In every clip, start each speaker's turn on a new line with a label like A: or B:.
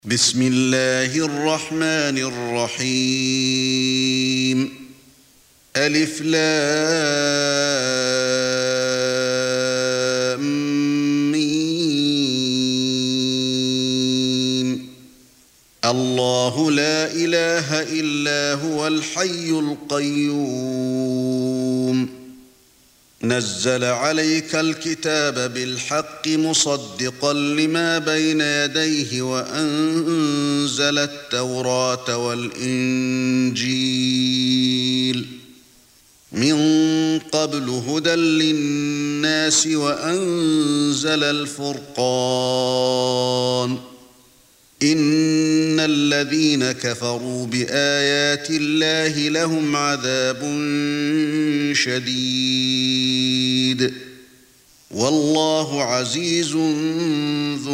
A: بسم الله الرحمن الرحيم ألف لام ميم الله لا إله إلا هو الحي القيوم نزل عليك الكتاب بالحق مصدقا لما بين يديه وأنزل التوراة والإنجيل من قبل هدى للناس وأنزل الفرقان إن الذين كفروا بآيات الله لهم عذاب شديد والله عزيز ذو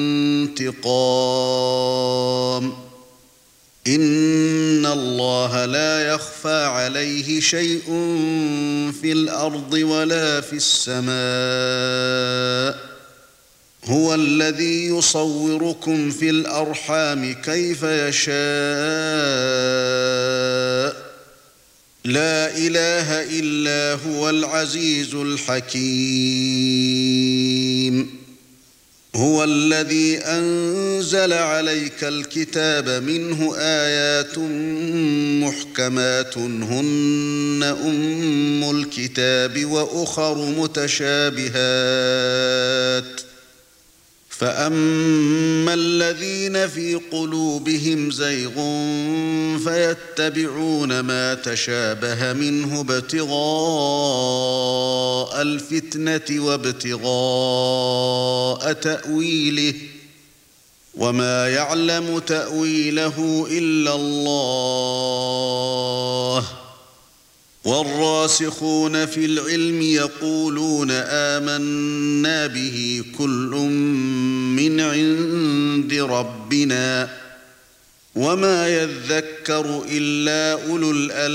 A: انتقام إن الله لا يخفى عليه شيء في الأرض ولا في السماء هو الذي يصوركم في الأرحام كيف يشاء لا إله إلا هو العزيز الحكيم هو الذي أنزل عليك الكتاب منه آيات محكمات هن أم الكتاب وأخر متشابهات فأما الذين في قلوبهم زيغ فيتبعون ما تشابه منه ابتغاء الفتنة وابتغاء تأويله وما يعلم تأويله إلا الله والراسخون في العلم يقولون آمنا به كل من عند ربنا وما يذكر إلا أولو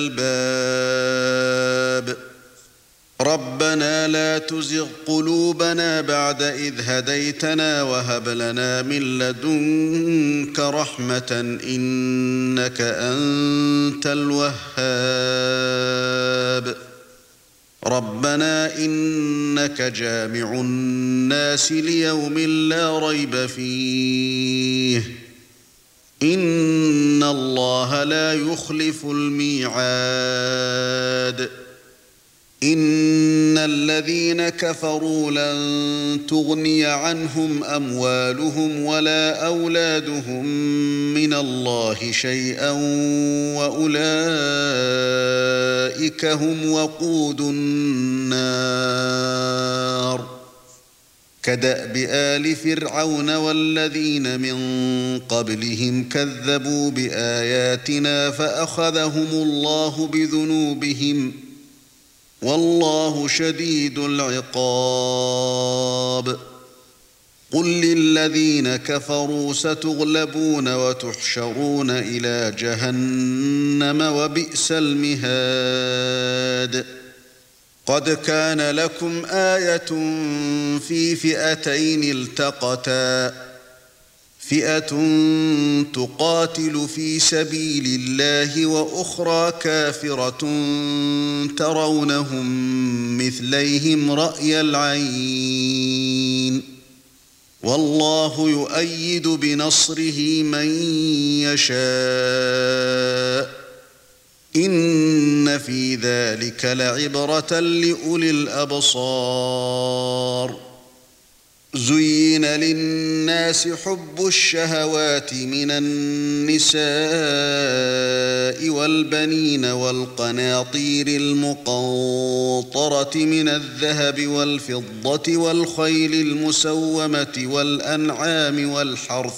A: الألباب ربنا لا تزغ قلوبنا بعد إذ هديتنا وهب لنا من لدنك رحمة إنك أنت الوهاب ربنا إنك جامع الناس ليوم لا ريب فيه إن الله لا يخلف الميعاد إن الذين كفروا لن تغني عنهم أموالهم ولا أولادهم من الله شيئا وأولئك هم وقود النار كدأب آل فرعون والذين من قبلهم كذبوا بآياتنا فأخذهم الله بذنوبهم والله شديد العقاب قل للذين كفروا ستغلبون وتحشرون إلى جهنم وبئس المهاد قد كان لكم آية في فئتين التقتا فئة تقاتل في سبيل الله وأخرى كافرة ترونهم مثليهم رأي العين والله يؤيد بنصره من يشاء إن في ذلك لعبرة لأولي الأبصار زين للناس حب الشهوات من النساء والبنين والقناطير المقنطرة من الذهب والفضة والخيل المسومة والأنعام والحرث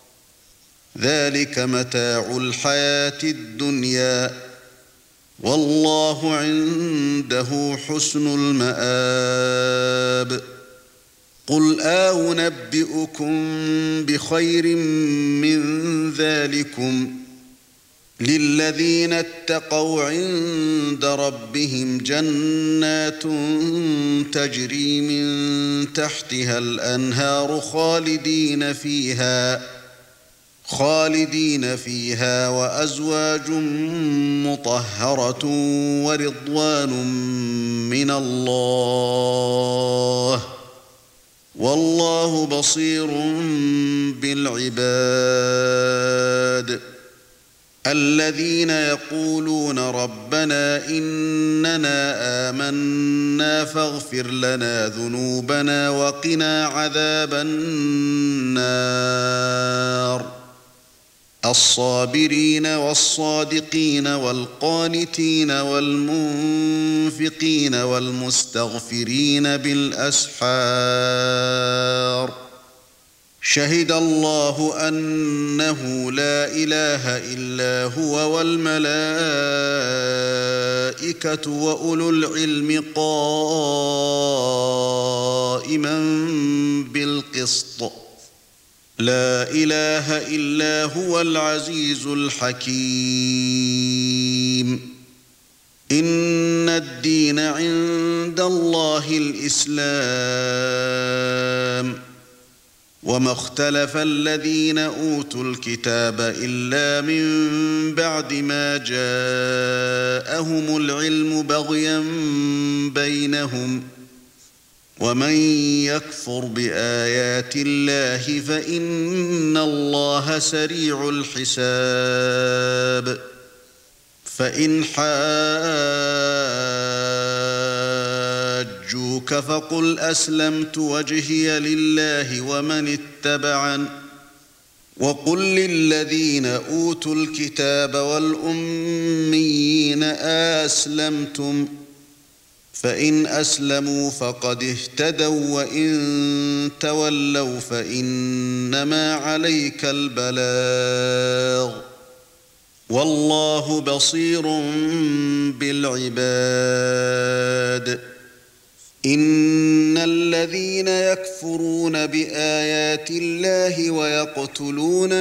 A: ذلك متاع الحياة الدنيا والله عنده حسن المآب قل أنبئكم بخير من ذلكم للذين اتقوا عند ربهم جنات تجري من تحتها الأنهار خالدين فيها وأزواج مطهرة ورضوان من الله والله بصير بالعباد الذين يقولون ربنا إننا آمنا فاغفر لنا ذنوبنا وقنا عذاب النار الصابرين والصادقين والقانتين والمنفقين والمستغفرين بالأسحار شهد الله أنه لا إله إلا هو والملائكة وأولو العلم قائما بالقسط لا إله إلا هو العزيز الحكيم إن الدين عند الله الإسلام وما اختلف الذين أوتوا الكتاب إلا من بعد ما جاءهم العلم بغيا بينهم ومن يكفر بآيات الله فإن الله سريع الحساب فإن حاجوك فقل أسلمت وجهي لله ومن اتبعن وقل للذين أوتوا الكتاب والأميين أسلمتم فإن أسلموا فقد اهتدوا وإن تولوا فإنما عليك البلاغ والله بصير بالعباد إن الذين يكفرون بآيات الله ويقتلون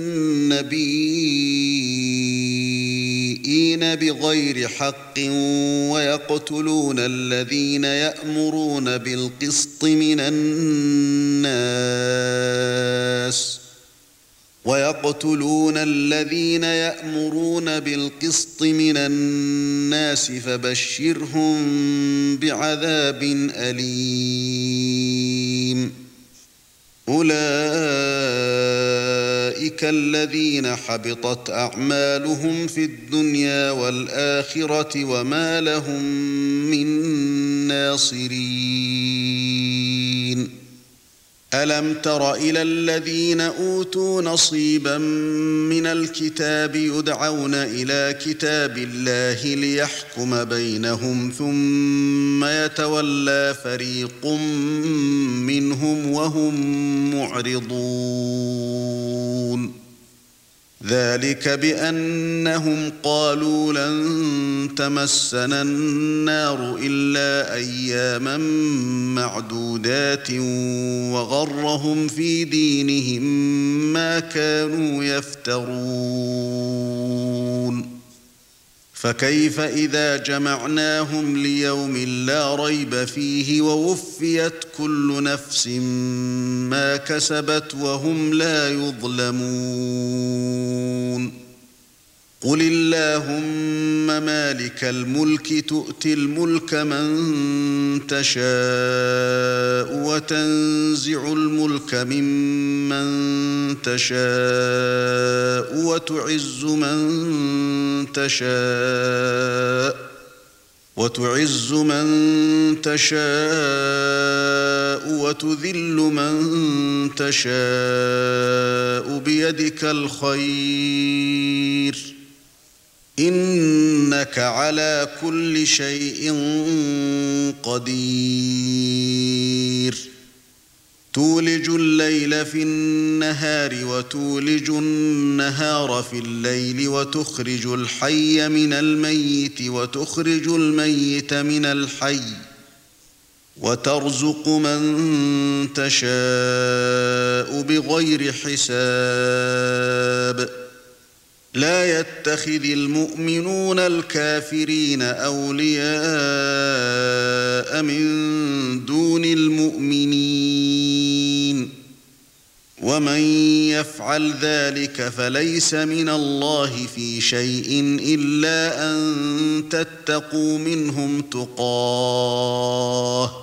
A: النبيين بغير حق ويقتلون الذين يأمرون بالقسط من الناس فبشرهم بعذاب أليم أولئك الذين حبطت أعمالهم في الدنيا والآخرة وما لهم من ناصرين ألم تر إلى الذين أوتوا نصيبا من الكتاب يدعون إلى كتاب الله ليحكم بينهم ثم يتولى فريق منهم وهم معرضون ذلك بأنهم قالوا لن تمسنا النار إلا أياما معدودات وغرهم في دينهم ما كانوا يفترون فكيف إذا جمعناهم ليوم لا ريب فيه ووفيت كل نفس ما كسبت وهم لا يظلمون قل اللهم مالك الملك تؤتي الملك من تشاء وتنزع الملك ممن تشاء وتعز من تشاء وتذل من تشاء بيدك الخير إنك على كل شيء قدير تولج الليل في النهار وتولج النهار في الليل وتخرج الحي من الميت وتخرج الميت من الحي وترزق من تشاء بغير حساب لا يتخذ المؤمنون الكافرين أولياء من دون المؤمنين ومن يفعل ذلك فليس من الله في شيء إلا أن تتقوا منهم تقاه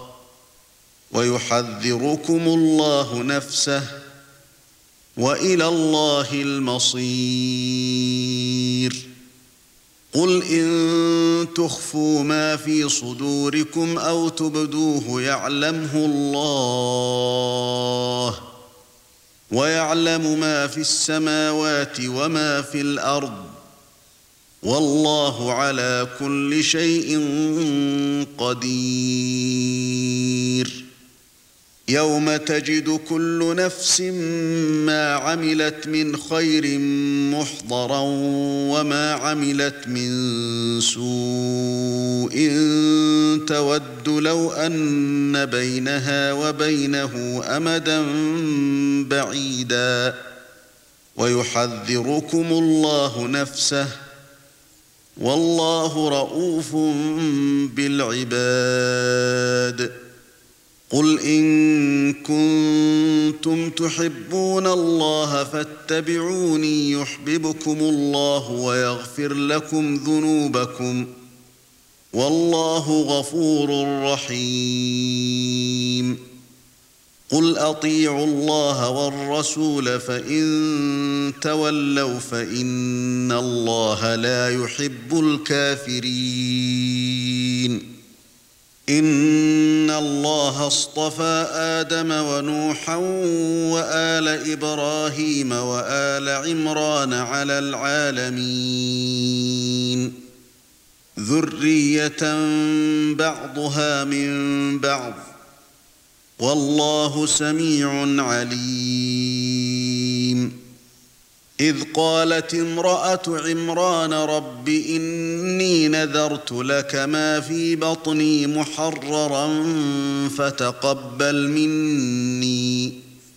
A: ويحذركم الله نفسه وإلى الله المصير. قل إن تخفوا ما في صدوركم أو تبدوه يعلمه الله ويعلم ما في السماوات وما في الأرض والله على كل شيء قدير. يوم تجد كل نفس ما عملت من خير محضرا وما عملت من سوء تود لو أن بينها وبينه أمدا بعيدا ويحذركم الله نفسه والله رؤوف بالعباد. قل إن كنتم تحبون الله فاتبعوني يحببكم الله ويغفر لكم ذنوبكم والله غفور رحيم. قل أطيعوا الله والرسول فإن تولوا فإن الله لا يحب الكافرين. إن الله اصطفى آدم ونوحا وآل إبراهيم وآل عمران على العالمين ذرية بعضها من بعض والله سميع عليم. إذ قالت امرأة عمران رب إني نذرت لك ما في بطني محررا فتقبل مني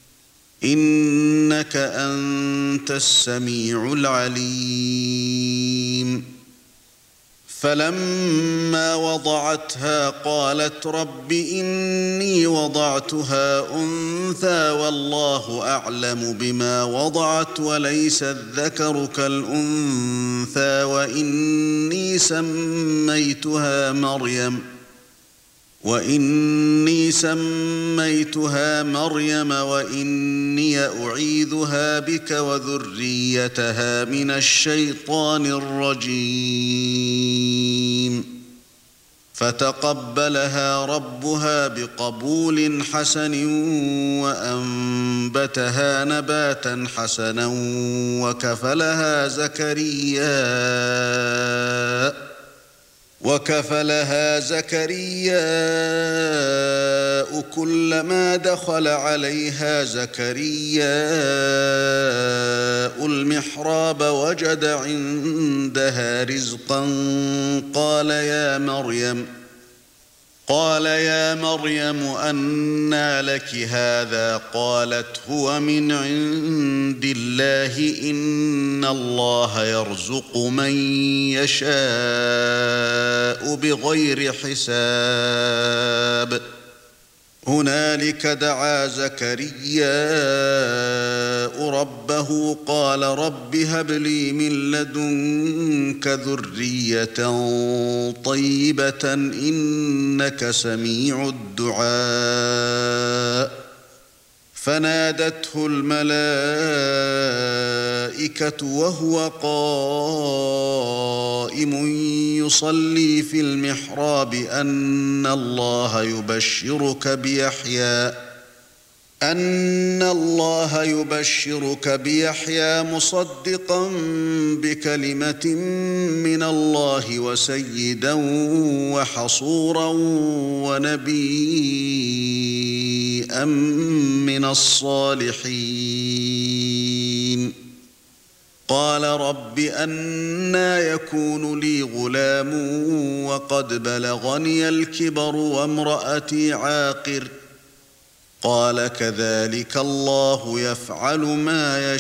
A: إنك أنت السميع العليم. فلما وضعتها قالت رب إني وضعتها أنثى والله أعلم بما وضعت وليس الذكر كالأنثى وإني سميتها مريم وإني أعيذها بك وذريتها من الشيطان الرجيم. فتقبلها ربها بقبول حسن وأنبتها نباتا حسنا وكفلها زكرياء كلما دخل عليها زكرياء المحراب وجد عندها رزقا قال يا مريم أنى لك هذا قالت هو من عند الله إن الله يرزق من يشاء بغير حساب. هنالك دعا زكرياء ربه قال رب هب لي من لدنك ذرية طيبة إنك سميع الدعاء. فنادته الملائكة وهو قائم يصلي في المحراب أن الله يبشرك بيحيى مصدقا بكلمة من الله وسيدا وحصورا ونبيا من الصالحين. قال رب أنى يكون لي غلام وقد بلغني الكبر وامرأتي عاقر قال كذلك الله يفعل ما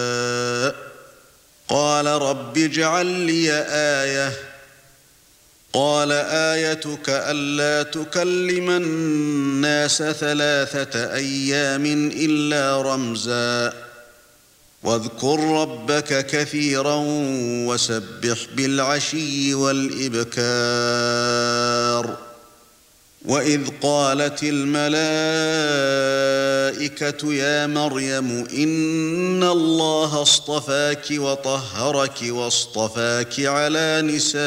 A: يشاء. قال رب اجعل لي آية قال آيتك ألا تكلم الناس 3 أيام إلا رمزا واذكر ربك كثيرا وسبح بالعشي والإبكار وإذ قالت الملائكة يا مريم إن الله اصطفاك وطهرك واصطفاك على نساء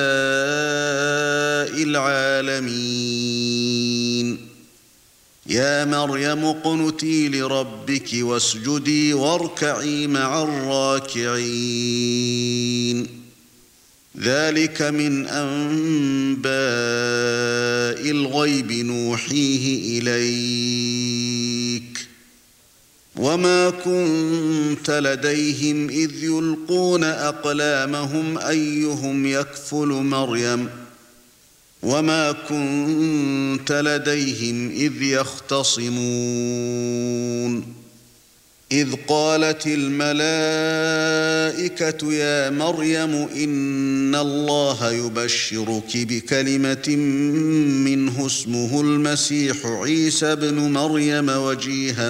A: العالمين يا مريم اقنتي لربك واسجدي واركعي مع الراكعين ذلك من أنباء الغيب نوحيه إليك وما كنت لديهم إذ يلقون أقلامهم أيهم يكفل مريم وما كنت لديهم إذ يختصمون إذ قالت الملائكة يا مريم إن الله يبشرك بكلمة منه اسمه المسيح عيسى ابن مريم وجيها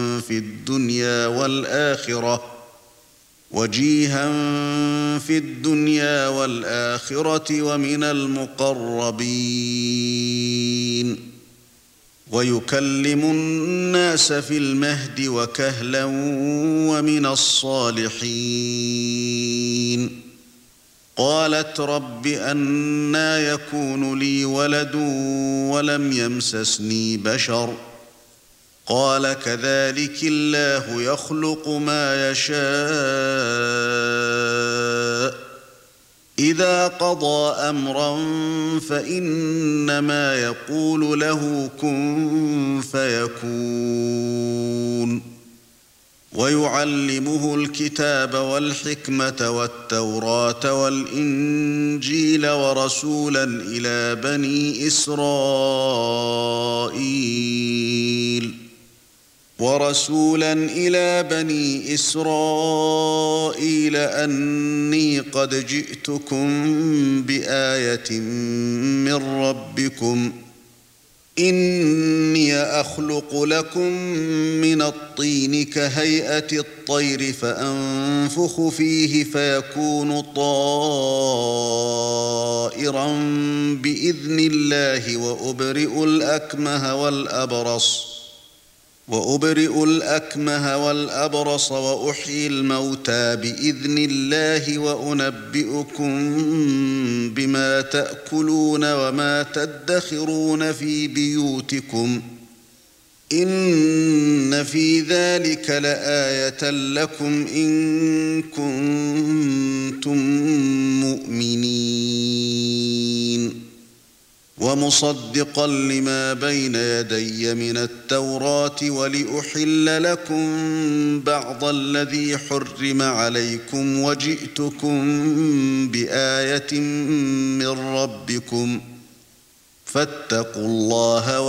A: في الدنيا والآخرة ومن المقربين ويكلم الناس في المهد وكهلا ومن الصالحين قالت رب أنى يكون لي ولد ولم يمسسني بشر قال كذلك الله يخلق ما يشاء إذا قضى أمرا فإنما يقول له كن فيكون ويعلمه الكتاب والحكمة والتوراة والإنجيل ورسولا إلى بني إسرائيل أني قد جئتكم بآية من ربكم إني أخلق لكم من الطين كهيئة الطير فأنفخ فيه فيكون طائرا بإذن الله وأبرئ الأكمه والأبرص وأحيي الموتى بإذن الله وأنبئكم بما تأكلون وما تدخرون في بيوتكم إن في ذلك لآية لكم إن كنتم مؤمنين ومصدقا لما بين يدي من التوراة ولأحل لكم بعض الذي حرم عليكم وجئتكم بآية من ربكم فاتقوا الله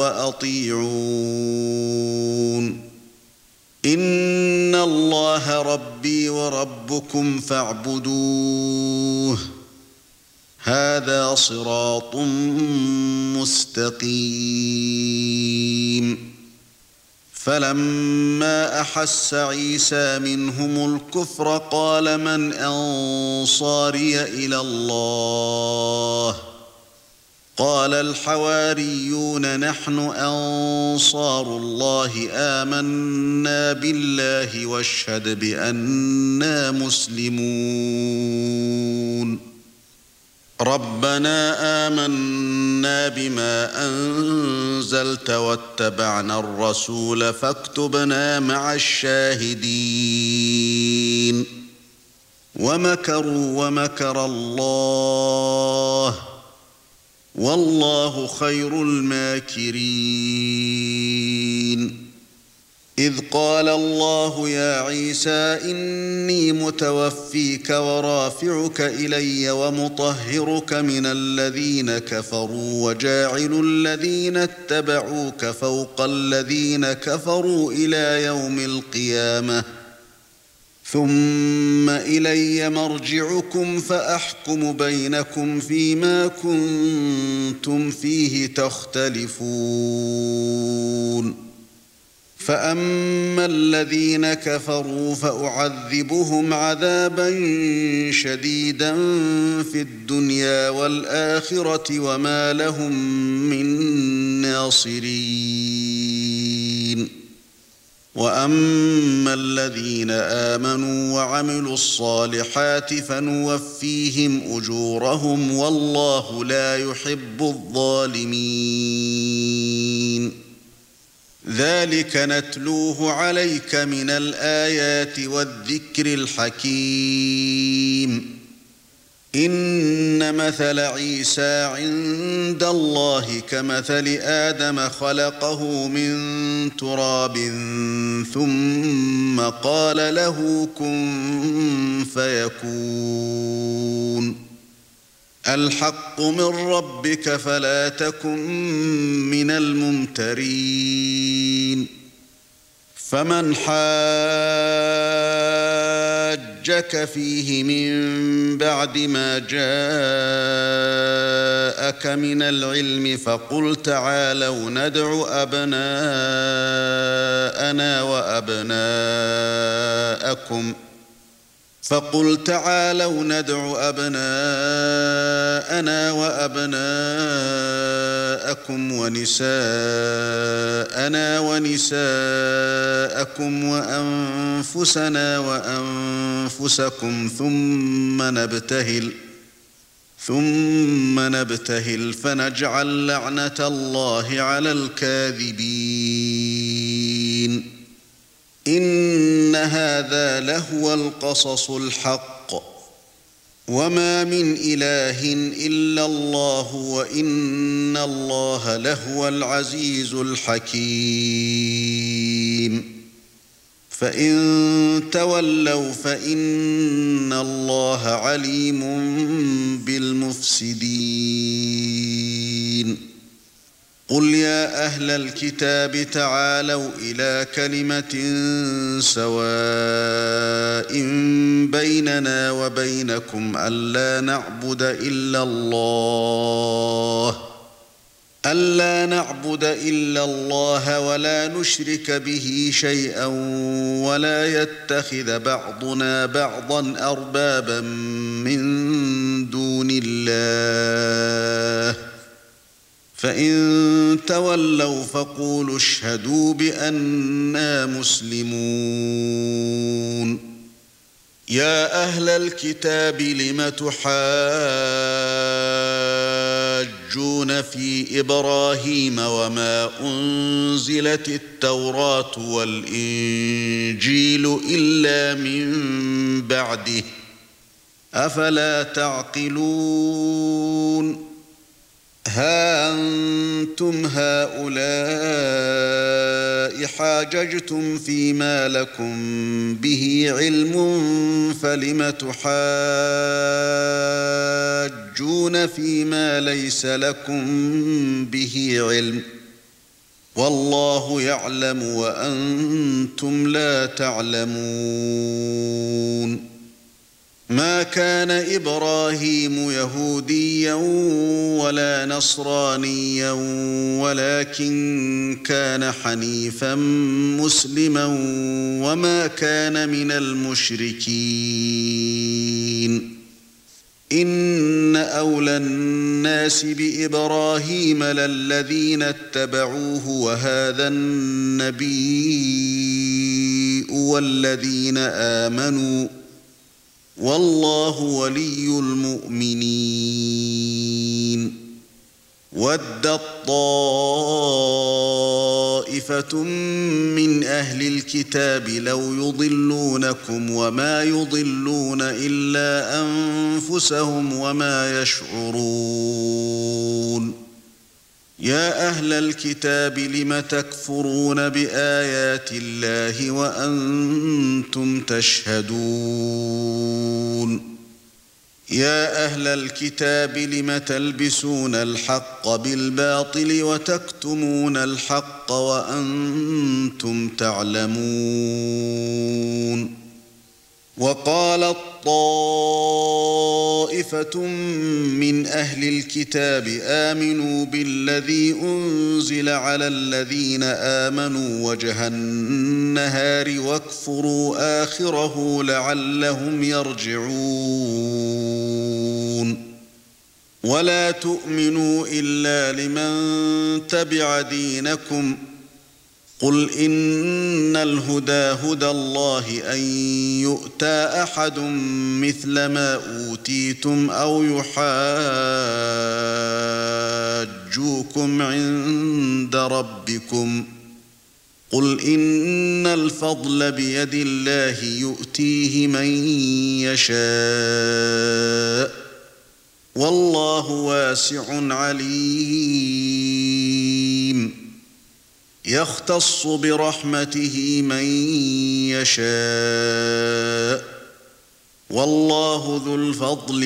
A: وأطيعون إن الله ربي وربكم فاعبدوه هذا صراط مستقيم فلما أحس عيسى منهم الكفر قال من أنصاري إلى الله قال الحواريون نحن أنصار الله آمنا بالله واشهد بأننا مسلمون ربنا آمنا بما أنزلت واتبعنا الرسول فاكتبنا مع الشاهدين ومكروا ومكر الله والله خير الماكرين إذ قال الله يا عيسى إني متوفيك ورافعك إلي ومطهرك من الذين كفروا وجاعل الذين اتبعوك فوق الذين كفروا إلى يوم القيامة ثم إلي مرجعكم فأحكم بينكم فيما كنتم فيه تختلفون فأما الذين كفروا فأعذبهم عذابا شديدا في الدنيا والآخرة وما لهم من ناصرين وأما الذين آمنوا وعملوا الصالحات فنوفيهم أجورهم والله لا يحب الظالمين ذلك نتلوه عليك من الآيات والذكر الحكيم إن مثل عيسى عند الله كمثل آدم خلقه من تراب ثم قال له كن فيكون الحق من ربك فلا تكن من الممترين فمن حاجك فيه من بعد ما جاءك من العلم فقل تعالوا ندع أبناءنا وأبناءكم ونساءنا ونساءكم وأنفسنا وأنفسكم ثم نبتهل فنجعل لعنة الله على الكاذبين إن هذا لهو القصص الحق وما من إله إلا الله وإن الله لهو العزيز الحكيم فإن تولوا فإن الله عليم بالمفسدين قل يا أهل الكتاب تعالوا إلى كلمة سواء بيننا وبينكم ألا نعبد إلا الله ولا نشرك به شيئا ولا يتخذ بعضنا بعضا أربابا من دون الله فإن تولوا فقولوا اشهدوا بأننا مسلمون يا أهل الكتاب لم تحاجون في إبراهيم وما أنزلت التوراة والإنجيل إلا من بعده أفلا تعقلون ها أنتم هؤلاء حاججتم فيما لكم به علم فلم تحاجون فيما ليس لكم به علم والله يعلم وأنتم لا تعلمون ما كان إبراهيم يهوديا ولا نصرانيا ولكن كان حنيفا مسلما وما كان من المشركين إن أولى الناس بإبراهيم للذين اتبعوه وهذا النبي والذين آمنوا والله ولي المؤمنين ودت طائفة من أهل الكتاب لو يضلونكم وما يضلون إلا أنفسهم وما يشعرون يا أهل الكتاب لم تكفرون بآيات الله وأنتم تشهدون يا أهل الكتاب لم تلبسون الحق بالباطل وتكتمون الحق وأنتم تعلمون وقالت طائفة من أهل الكتاب آمنوا بالذي أنزل على الذين آمنوا وجه النهار واكفروا آخره لعلهم يرجعون ولا تؤمنوا إلا لمن تبع دينكم قل إن الهدى هدى الله أن يؤتى أحد مثل ما أوتيتم أو يحاجوكم عند ربكم قل إن الفضل بيد الله يؤتيه من يشاء والله واسع عليم يختص برحمته من يشاء والله ذو الفضل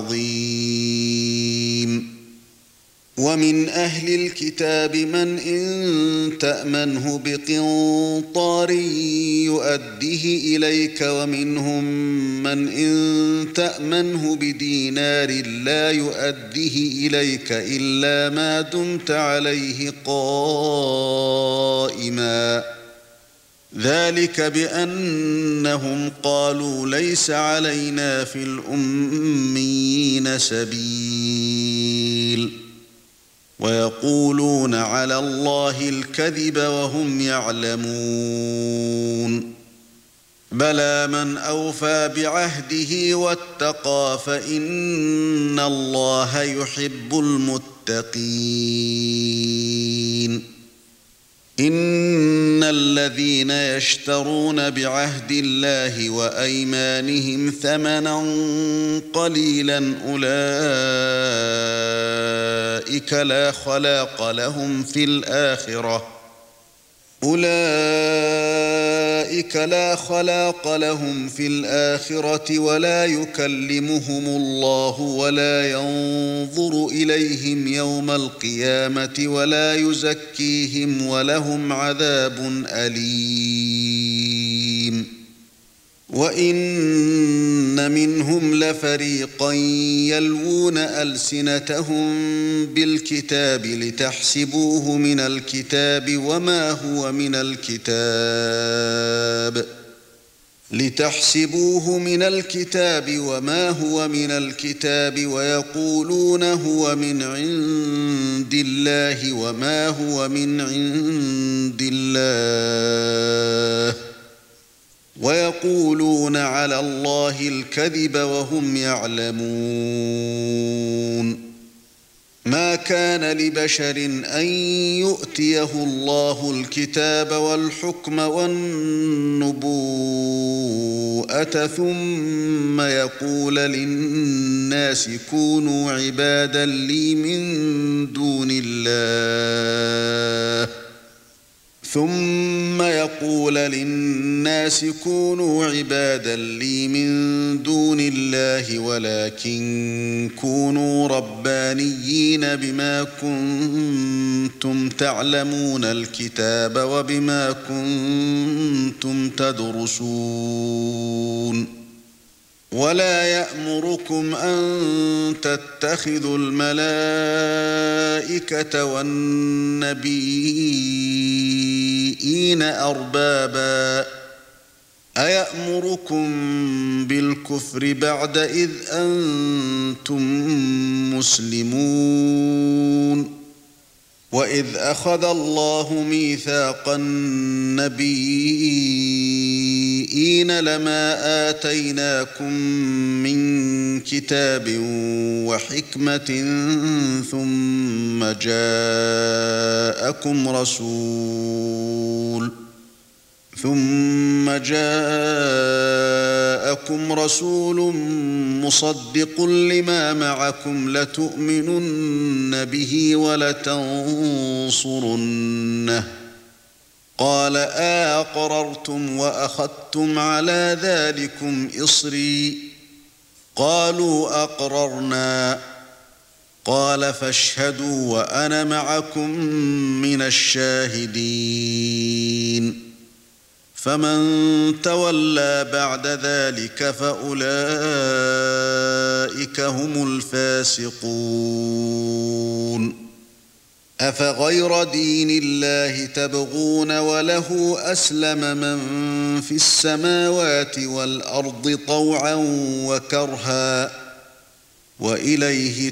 A: العظيم ومن أهل الكتاب من إن تأمنه بقنطار يؤديه إليك ومنهم من إن تأمنه بدينار لا يؤديه إليك إلا ما دمت عليه قائما ذلك بأنهم قالوا ليس علينا في الأميين سبيل ويقولون على الله الكذب وهم يعلمون بلى من أوفى بعهده واتقى فإن الله يحب المتقين إن الذين يشترون بعهد الله وأيمانهم ثمنا قليلا أولئك لا خلاق لهم في الآخرة ولا يكلمهم الله ولا ينظر إليهم يوم القيامة ولا يزكيهم ولهم عذاب أليم وإن منهم لفريقا يلوون ألسنتهم بالكتاب لتحسبوه من الكتاب وما هو من الكتاب ويقولون هو من عند الله وما هو من عند الله ويقولون على الله الكذب وهم يعلمون ما كان لبشر أن يؤتيه الله الكتاب والحكم والنبوءة ثم يقول للناس كونوا عبادا لي من دون الله ولكن كونوا ربانيين بما كنتم تعلمون الكتاب وبما كنتم تدرسون ولا يأمركم أن تتخذوا الملائكة والنبيين أربابا أيأمركم بالكفر بعد إذ أنتم مسلمون وإذ أخذ الله ميثاق النبيين لما آتيناكم من كتاب وحكمة ثم جاءكم رسول مصدق لما معكم لتؤمنن به ولتنصرنه قال أأقررتم وأخذتم على ذلكم إصري قالوا أقررنا قال فاشهدوا وأنا معكم من الشاهدين فمن تولى بعد ذلك فأولئك هم الفاسقون أفغير دين الله تبغون وله أسلم من في السماوات والأرض طوعا وكرها وإليه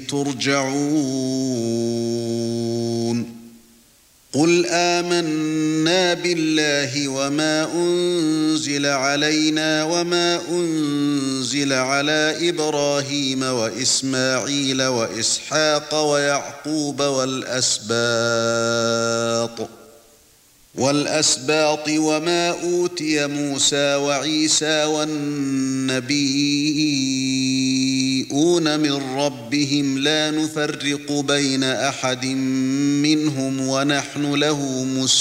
A: ترجعون قل آمنا بالله وما أنزل علينا وما أنزل على إبراهيم وإسماعيل وإسحاق ويعقوب والأسباط وما أوتي موسى وعيسى والنبيون من ربهم لا نفرق بين أحد منهم ونحن له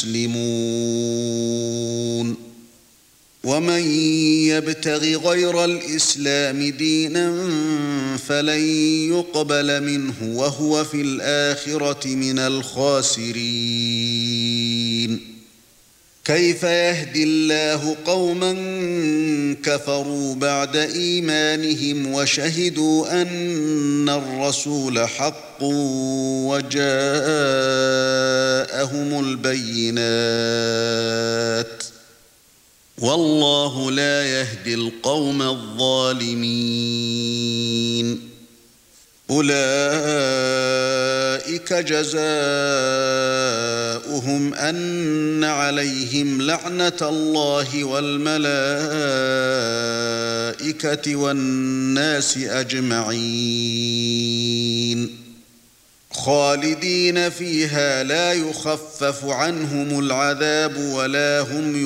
A: مسلمون ومن يبتغ غير الإسلام دينا فلن يقبل منه وهو في الآخرة من الخاسرين كيف يهدي الله قوما كفروا بعد إيمانهم وشهدوا أن الرسول حق وجاءهم البينات والله لا يهدي القوم الظالمين أولئك جزاؤهم أن عليهم لعنة الله والملائكة والناس أجمعين خالدين فيها لا يخفف عنهم العذاب ولا هم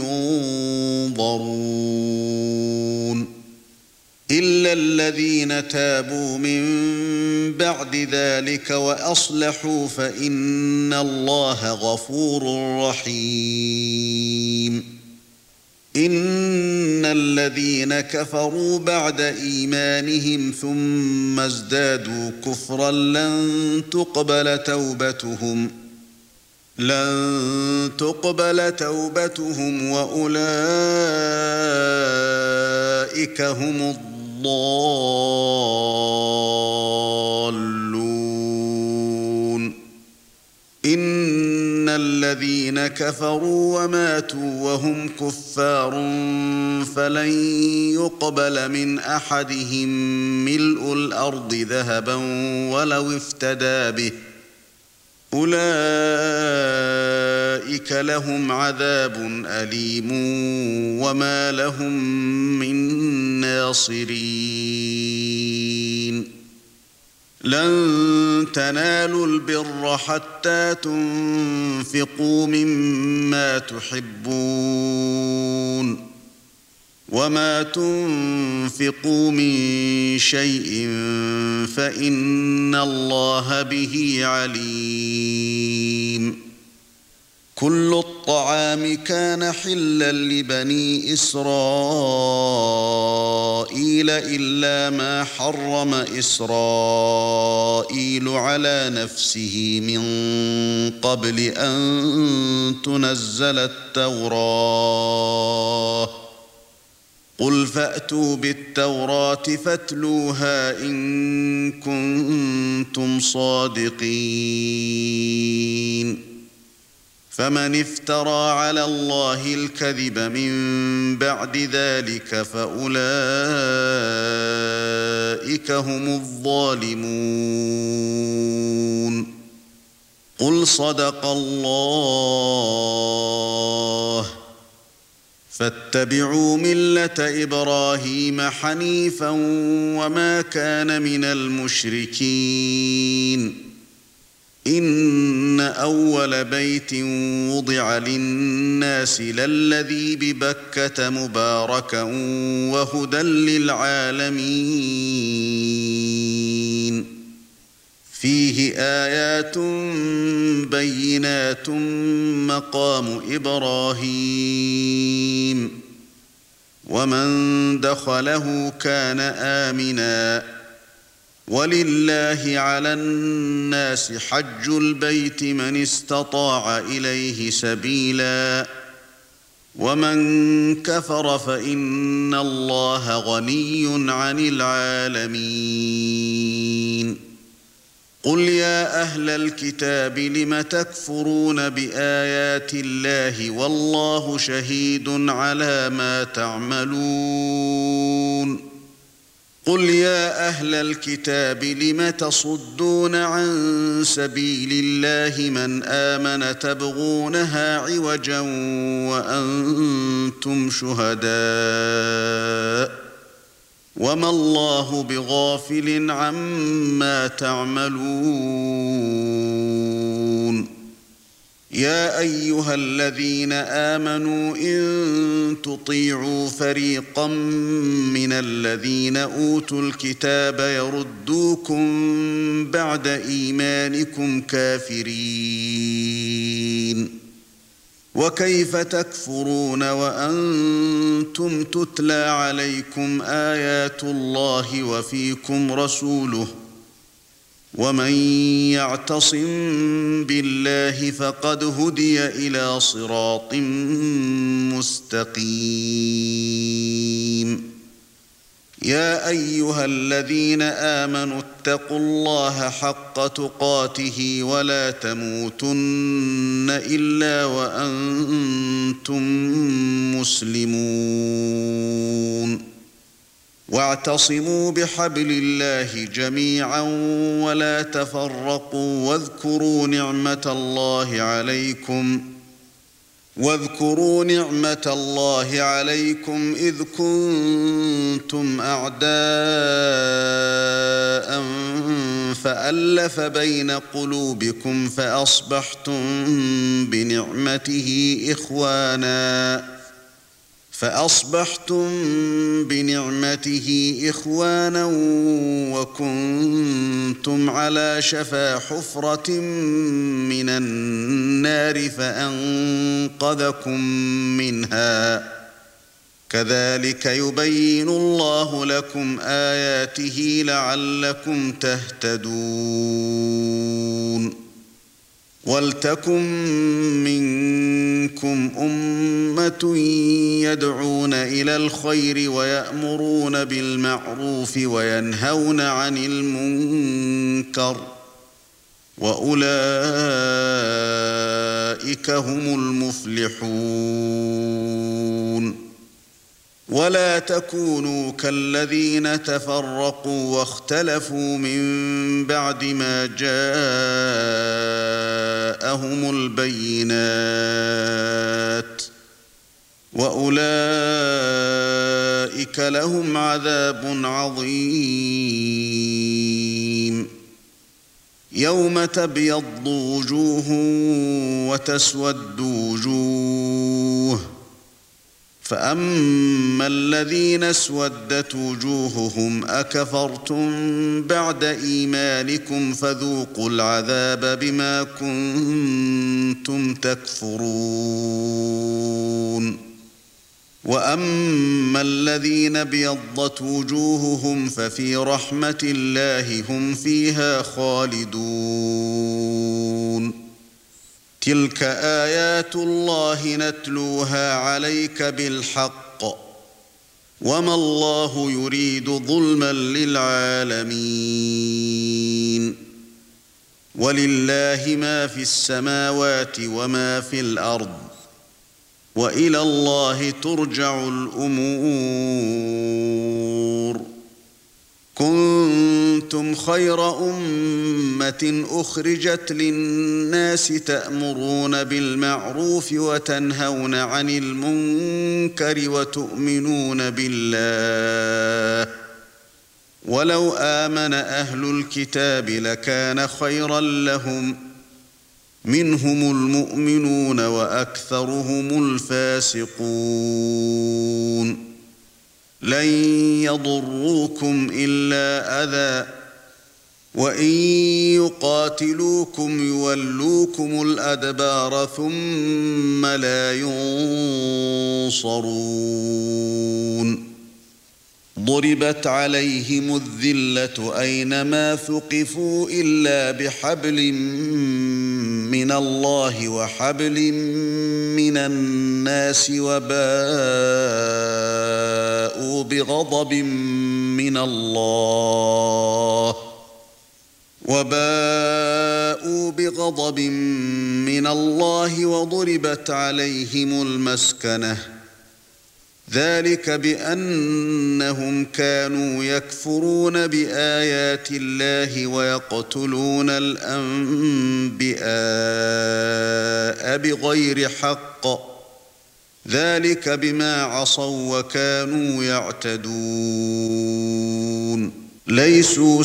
A: ينظرون إلا الذين تابوا من بعد ذلك وأصلحوا فإن الله غفور رحيم إن الذين كفروا بعد إيمانهم ثم ازدادوا كفرا لن تقبل توبتهم وأولئك هم الضالون إن الذين كفروا وماتوا وهم كفار فلن يقبل من أحدهم ملء الأرض ذهبا ولو افتدى به أولئك لهم عذاب أليم وما لهم من ناصرين لن تنالوا البر حتى تنفقوا مما تحبون وما تنفقوا من شيء فإن الله به عليم كل الطعام كان حلا لبني إسرائيل إلا ما حرم إسرائيل على نفسه من قبل أن تنزل التوراة قل فأتوا بالتوراة فاتلوها إن كنتم صادقين فمن افترى على الله الكذب من بعد ذلك فأولئك هم الظالمون قل صدق الله فاتبعوا ملة إبراهيم حنيفا وما كان من المشركين إن أول بيت وضع للناس للذي ببكة مباركا وهدى للعالمين فيه آيات بينات مقام إبراهيم ومن دخله كان آمناً ولله على الناس حج البيت من استطاع إليه سبيلا ومن كفر فإن الله غني عن العالمين قل يا أهل الكتاب لم تكفرون بآيات الله والله شهيد على ما تعملون قل يا أهل الكتاب لم تصدون عن سبيل الله من آمن تبغونها عوجا وأنتم شهداء وما الله بغافل عما تعملون يا أيها الذين آمنوا إن تطيعوا فريقا من الذين أوتوا الكتاب يردوكم بعد إيمانكم كافرين وكيف تكفرون وأنتم تتلى عليكم آيات الله وفيكم رسوله ومن يعتصم بالله فقد هدي إلى صراط مستقيم يا أيها الذين آمنوا اتقوا الله حق تقاته ولا تموتن إلا وأنتم مسلمون واعتصموا بحبل الله جميعا ولا تفرقوا واذكروا نعمة الله عليكم إذ كنتم أعداء فألف بين قلوبكم فأصبحتم بنعمته إخوانا وكنتم على شفا حفرة من النار فأنقذكم منها كذلك يبين الله لكم آياته لعلكم تهتدون وَلْتَكُن مِّنكُمْ أُمَّةٌ يَدْعُونَ إِلَى الْخَيْرِ وَيَأْمُرُونَ بِالْمَعْرُوفِ وَيَنْهَوْنَ عَنِ الْمُنكَرِ وَأُولَئِكَ هُمُ الْمُفْلِحُونَ ولا تكونوا كالذين تفرقوا واختلفوا من بعد ما جاءهم البينات وأولئك لهم عذاب عظيم يوم تبيض وجوه وتسود وجوه فأما الذين اسودت وجوههم أكفرتم بعد إيمانكم فذوقوا العذاب بما كنتم تكفرون وأما الذين ابيضت وجوههم ففي رحمة الله هم فيها خالدون تلك آيات الله نتلوها عليك بالحق وما الله يريد ظلما للعالمين ولله ما في السماوات وما في الأرض وإلى الله ترجع الأمور كنتم خير أمة أخرجت للناس تأمرون بالمعروف وتنهون عن المنكر وتؤمنون بالله ولو آمن أهل الكتاب لكان خيرا لهم منهم المؤمنون وأكثرهم الفاسقون لن يضروكم إلا أذى وإن يقاتلوكم يولوكم الأدبار ثم لا ينصرون ضربت عليهم الذلة أينما ثقفوا إلا بحبل من الله وحبل من الناس وباءوا بغضب من الله وضربت عليهم المسكنة ذلك بأنهم كانوا يكفرون بآيات الله ويقتلون الأنبياء بغير حق ذلك بما عصوا وكانوا يعتدون ليسوا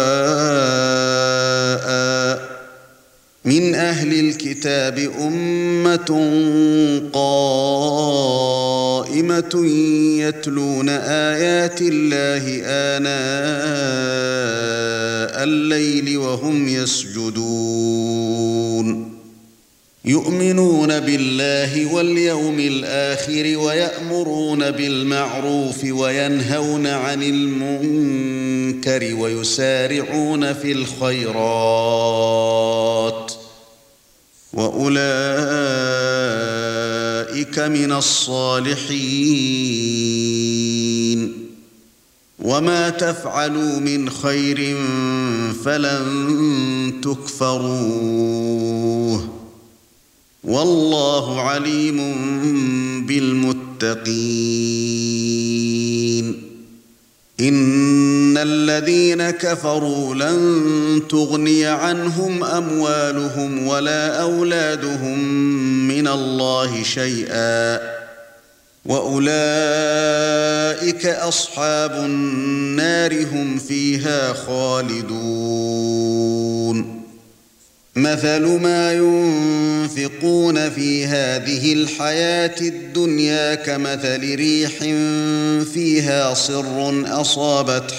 A: سواء من أهل الكتاب أمة قائمة يتلون آيات الله آناء الليل وهم يسجدون يؤمنون بالله واليوم الآخر ويأمرون بالمعروف وينهون عن المنكر ويسارعون في الخيرات وأولئك من الصالحين وما تفعلوا من خير فلن تكفروه والله عليم بالمتقين إن الذين كفروا لن تغني عنهم أموالهم ولا أولادهم من الله شيئا وأولئك أصحاب النار هم فيها خالدون مثل ما ينفقون في هذه الحياة الدنيا كمثل ريح فيها صر أصابت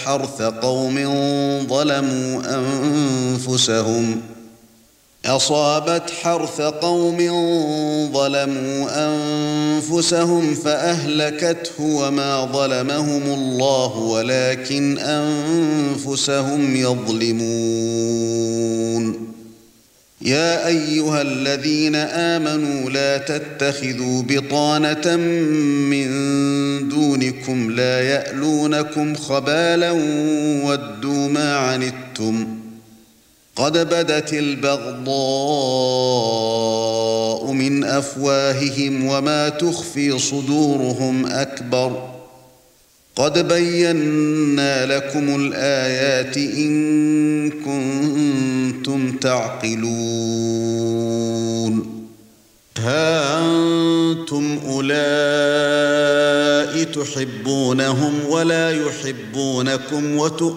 A: حرث قوم ظلموا أنفسهم فأهلكته وما ظلمهم الله ولكن أنفسهم يظلمون يا أيها الذين آمنوا لا تتخذوا بطانة من دونكم لا يألونكم خبالا ودوا ما عنتم قد بدت البغضاء من أفواههم وما تخفي صدورهم أكبر قد بينا لكم الآيات إن كنتم تعقلون ها أنتم أولئك تحبونهم ولا يحبونكم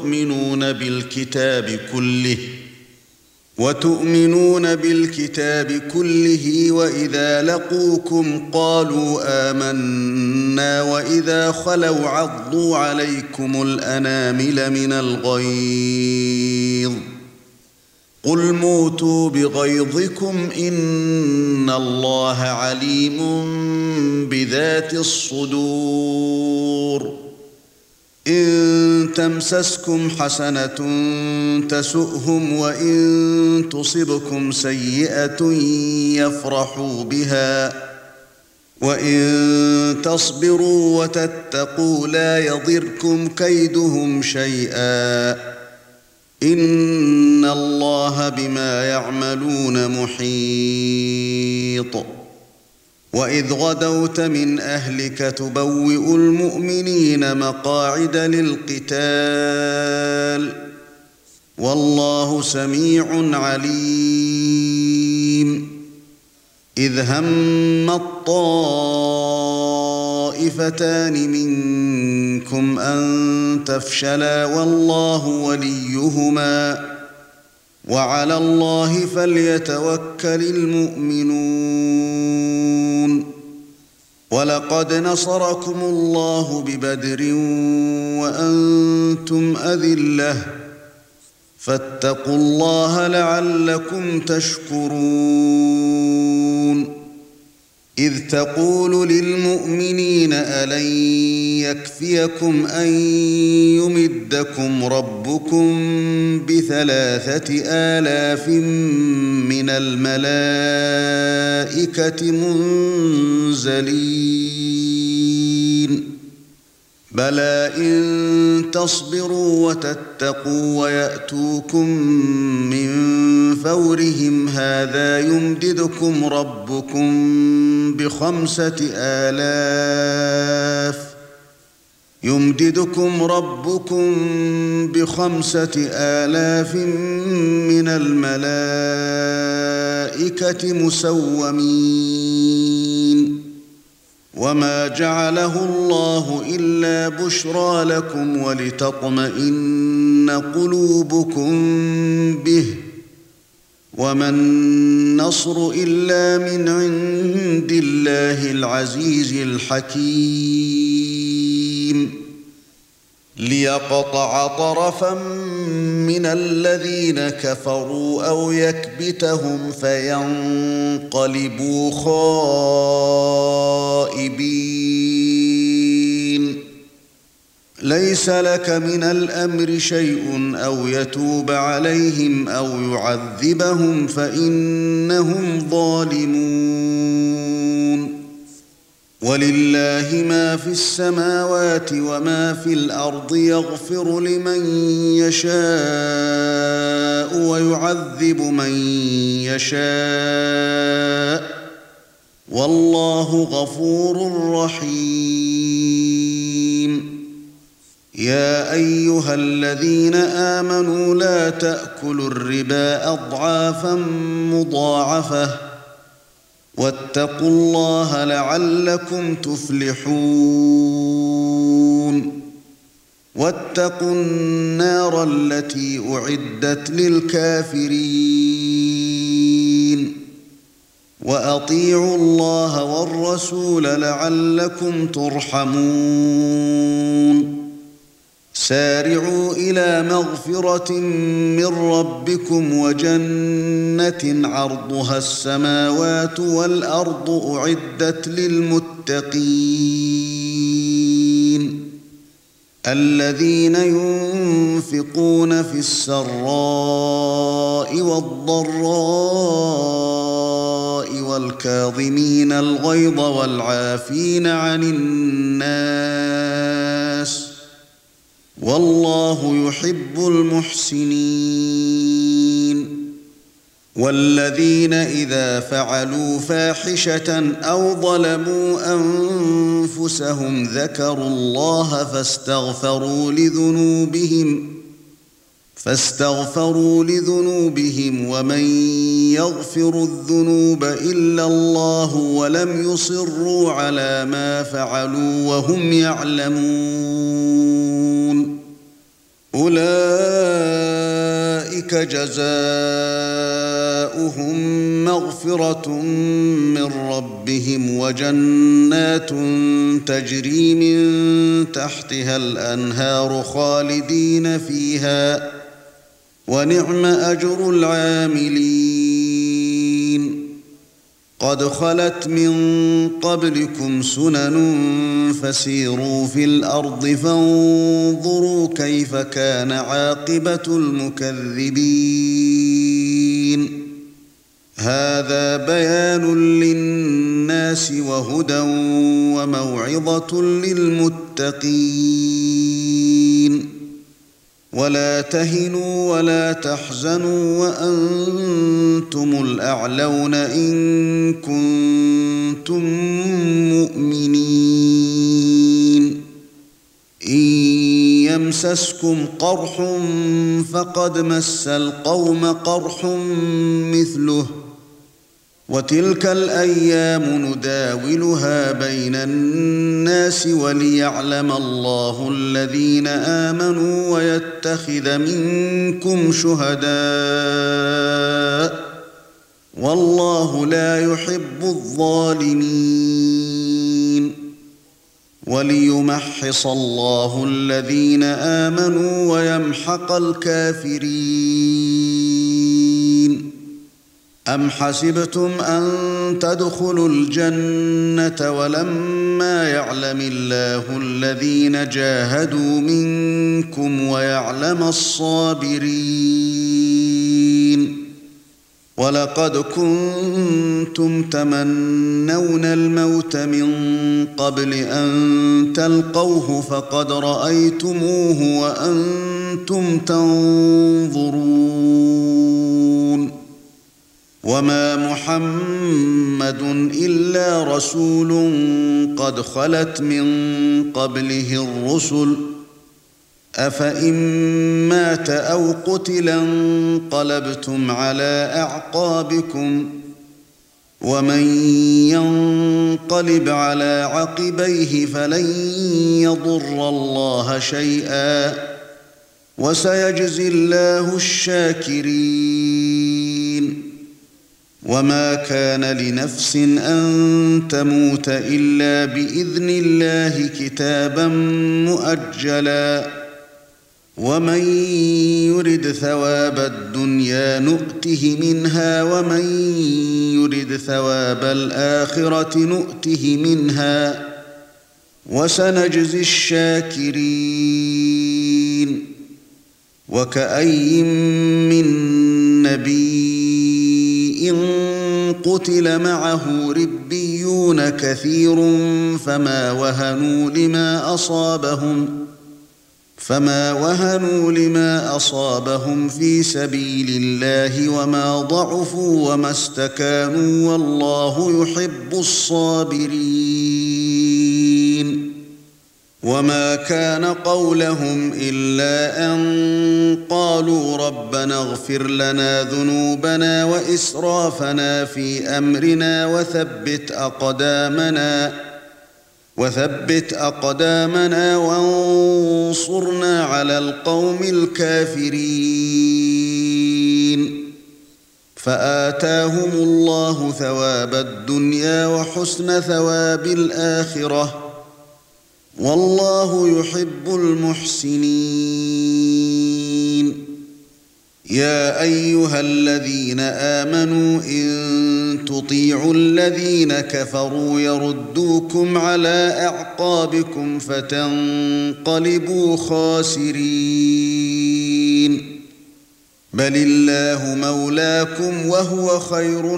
A: وتؤمنون بالكتاب كله وإذا لقوكم قالوا آمنا وإذا خلوا عضوا عليكم الأنامل من الغيظ قل موتوا بغيظكم إن الله عليم بذات الصدور إن تمسسكم حسنة تسؤهم وإن تصبكم سيئة يفرحوا بها وإن تصبروا وتتقوا لا يضركم كيدهم شيئا إن الله بما يعملون محيط وإذ غدوت من أهلك تبوئ المؤمنين مقاعد للقتال والله سميع عليم إذ هم الطائفتان منكم أن تفشلا والله وليهما وعلى الله فليتوكل المؤمنون ولقد نصركم الله ببدر وأنتم أذلة فاتقوا الله لعلكم تشكرون إذ تقول للمؤمنين ألن يكفيكم أن يمدكم ربكم ب3,000 من الملائكة منزلين بلى إن تصبروا وتتقوا ويأتوكم من فورهم هذا يمددكم ربكم ب5,000 من الملائكة مسومين وما جعله الله إلا بشرى لكم ولتطمئن قلوبكم به وما النصر إلا من عند الله العزيز الحكيم ليقطع طرفا من الذين كفروا أو يكبتهم فينقلبوا خائبين ليس لك من الأمر شيء أو يتوب عليهم أو يعذبهم فإنهم ظالمون ولله ما في السماوات وما في الأرض يغفر لمن يشاء ويعذب من يشاء والله غفور رحيم يا أيها الذين آمنوا لا تأكلوا الربا أضعافا مضاعفة واتقوا الله لعلكم تفلحون واتقوا النار التي أعدت للكافرين وأطيعوا الله والرسول لعلكم ترحمون سارعوا إلى مغفرة من ربكم وجنة عرضها السماوات والأرض أعدت للمتقين الذين ينفقون في السراء والضراء والكاظمين الغيظ والعافين عن الناس والله يحب المحسنين والذين إذا فعلوا فاحشة أو ظلموا أنفسهم ذكروا الله فاستغفروا لذنوبهم ومن يغفر الذنوب إلا الله ولم يصروا على ما فعلوا وهم يعلمون أولئك جزاؤهم مغفرة من ربهم وجنات تجري من تحتها الأنهار خالدين فيها ونعم أجر العاملين قد خلت من قبلكم سنن فسيروا في الأرض فانظروا كيف كان عاقبة المكذبين هذا بيان للناس وهدى وموعظة للمتقين ولا تهنوا ولا تحزنوا وأنتم الأعلون إن كنتم مؤمنين إن يمسسكم قرح فقد مس القوم قرح مثله وتلك الأيام نداولها بين الناس وليعلم الله الذين آمنوا ويتخذ منكم شهداء والله لا يحب الظالمين وليمحص الله الذين آمنوا ويمحق الكافرين أَمْ حَسِبْتُمْ أَن تَدْخُلُوا الْجَنَّةَ وَلَمَّا يَعْلَمِ اللَّهُ الَّذِينَ جَاهَدُوا مِنكُمْ وَيَعْلَمَ الصَّابِرِينَ وَلَقَدْ كُنتُمْ تَمَنَّوْنَ الْمَوْتَ مِن قَبْلِ أَن تَلْقَوْهُ فَقَدْ رَأَيْتُمُوهُ وَأَنتُمْ تَنظُرُونَ وَمَا مُحَمَّدٌ إِلَّا رَسُولٌ قَدْ خَلَتْ مِن قَبْلِهِ الرُّسُلُ أَفَإِن مَّاتَ أَوْ قُتِلَ انقَلَبْتُمْ عَلَى أَعْقَابِكُمْ وَمَن يَنقَلِبْ عَلَى عَقِبَيْهِ فَلَن يَضُرَّ اللَّهَ شَيْئًا وَسَيَجْزِي اللَّهُ الشَّاكِرِينَ وَمَا كَانَ لِنَفْسٍ أَن تَمُوتَ إِلَّا بِإِذْنِ الله كِتَابًا مُؤَجَّلًا وَمَن يُرِدْ ثَوَابَ الدُّنْيَا نُؤْتِهِ مِنْهَا وَمَن يُرِدْ ثَوَابَ الْآخِرَةِ نُؤْتِهِ مِنْهَا وَسَنَجْزِي الشَّاكِرِينَ وَكَأَيٍّن مِّن نَّبِيٍّ قُتِلَ مَعَهُ رِبِّيُّونَ كَثِيرٌ فَمَا وَهَنُوا لِمَا أَصَابَهُمْ فِي سَبِيلِ اللَّهِ وَمَا ضَعُفُوا وَمَا اسْتَكَانُوا وَاللَّهُ يُحِبُّ الصَّابِرِينَ وَمَا كَانَ قَوْلَهُمْ إِلَّا أَن قَالُوا رَبَّنَا اغْفِرْ لَنَا ذُنُوبَنَا وَإِسْرَافَنَا فِي أَمْرِنَا وَثَبِّتْ أَقْدَامَنَا وَانصُرْنَا عَلَى الْقَوْمِ الْكَافِرِينَ فَآتَاهُمُ اللَّهُ ثَوَابَ الدُّنْيَا وَحُسْنَ ثَوَابِ الْآخِرَةِ وَاللَّهُ يُحِبُّ الْمُحْسِنِينَ يَا أَيُّهَا الَّذِينَ آمَنُوا إِن تُطِيعُوا الَّذِينَ كَفَرُوا يَرُدُّوكُمْ عَلَى أَعْقَابِكُمْ فَتَنقَلِبُوا خَاسِرِينَ بَلِ اللَّهُ مَوْلَاكُمْ وَهُوَ خَيْرُ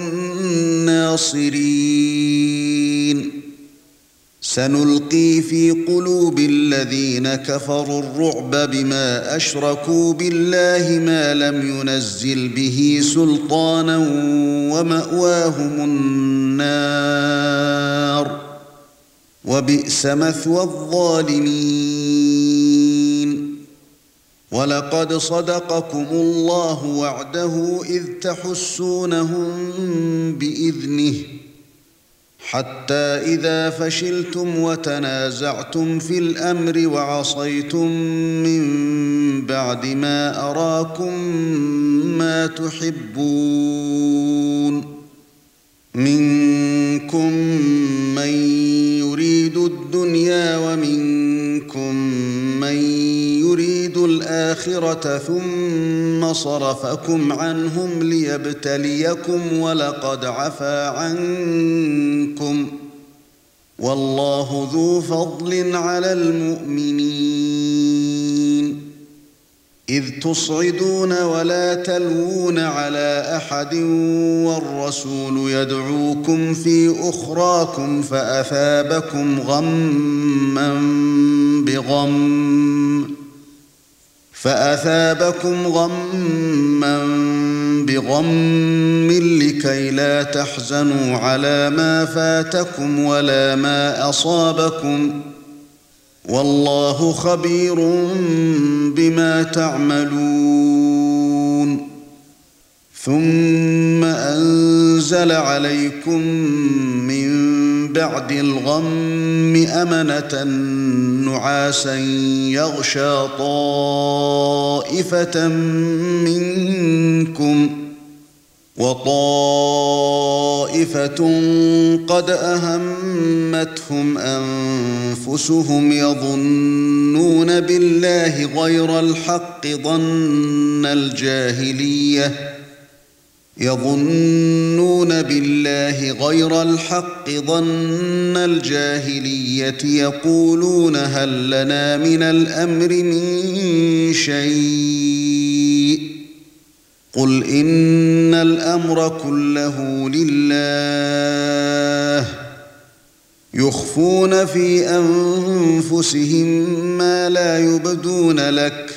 A: النَّاصِرِينَ سَنُلْقِي فِي قُلُوبِ الَّذِينَ كَفَرُوا الرُّعْبَ بِمَا أَشْرَكُوا بِاللَّهِ مَا لَمْ يُنَزِّلْ بِهِ سُلْطَانًا وَمَأْوَاهُمُ النَّارُ وَبِئْسَ مَثْوَى الظَّالِمِينَ وَلَقَدْ صَدَقَكُمُ اللَّهُ وَعْدَهُ إِذْ تَحُسُّونَهُم بِإِذْنِهِ حَتَّى إِذَا فَشِلْتُمْ وَتَنَازَعْتُمْ فِي الْأَمْرِ وَعَصَيْتُمْ مِنْ بَعْدِ مَا أَرَاكُمْ مَا تُحِبُّونَ مِنكُم مَّن يُرِيدُ الدُّنْيَا وَمِنكُم مَّن يُرِيدُ الْآخِرَةَ ثُمَّ صَرَفَكُمْ عَنْهُمْ لِيَبْتَلِيَكُمْ وَلَقَدْ عَفَا عَنكُمْ وَاللَّهُ ذُو فَضْلٍ عَلَى الْمُؤْمِنِينَ إِذْ تُصْعِدُونَ وَلَا تَلْوُونَ عَلَى أَحَدٍ وَالرَّسُولُ يَدْعُوكُمْ فِي أُخْرَاكُمْ فَأَثَابَكُمْ غَمًّا بِغَمٍّ لِكَيْ لا تَحْزَنُوا عَلَى مَا فَاتَكُمْ وَلَا مَا أَصَابَكُمْ وَاللَّهُ خَبِيرٌ بِمَا تَعْمَلُونَ ثُمَّ أَنزَلَ عَلَيْكُم مِّن بَعْدِ الْغَمِّ أَمَنَةً نُعَاسًا يَغْشَىٰ طَائِفَةً مِّنكُمْ وَطَائِفَةٌ قَدْ أَهَمَّتْهُمْ أَنفُسُهُمْ يَظُنُّونَ بِاللَّهِ غَيْرَ الْحَقِّ ظَنَّ الْجَاهِلِيَّةِ يظنون بالله غير الحق ظن الجاهلية يقولون هل لنا من الأمر من شيء قل إن الأمر كله لله يخفون في أنفسهم ما لا يبدون لك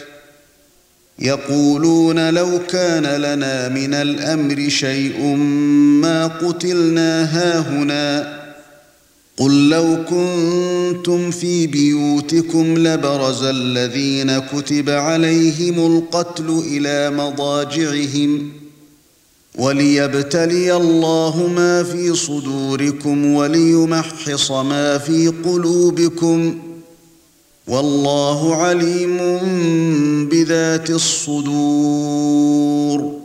A: يقولون لو كان لنا من الأمر شيء ما قتلنا هاهنا قل لو كنتم في بيوتكم لبرز الذين كتب عليهم القتل إلى مضاجعهم وليبتلي الله ما في صدوركم وليمحص ما في قلوبكم والله عليم بذات الصدور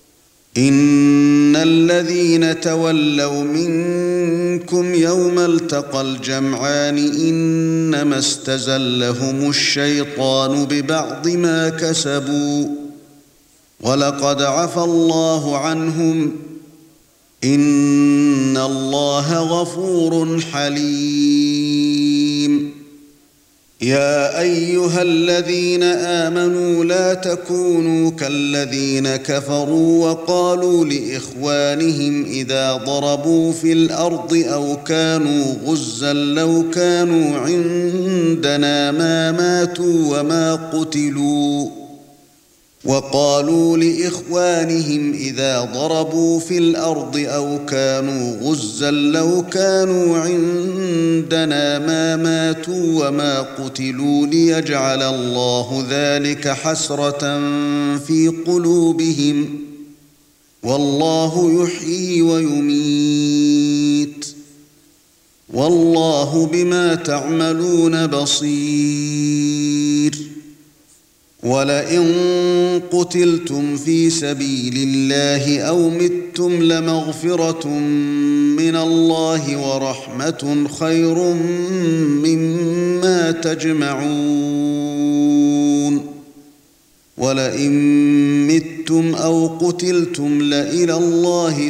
A: إن الذين تولوا منكم يوم التقى الجمعان إنما استزلهم الشيطان ببعض ما كسبوا ولقد عفى الله عنهم إن الله غفور حليم يا أيها الذين آمنوا لا تكونوا كالذين كفروا وقالوا لإخوانهم إذا ضربوا في الأرض أو كانوا غزا لو كانوا عندنا ما ماتوا وما قتلوا وقالوا لإخوانهم إذا ضربوا في الأرض أو كانوا غزا لو كانوا عندنا ما ماتوا وما قتلوا ليجعل الله ذلك حسرة في قلوبهم والله يحيي ويميت والله بما تعملون بصير ولئن قتلتم في سبيل الله أو متم لمغفرة من الله ورحمة خير مما تجمعون ولئن متم أو قتلتم لإلى الله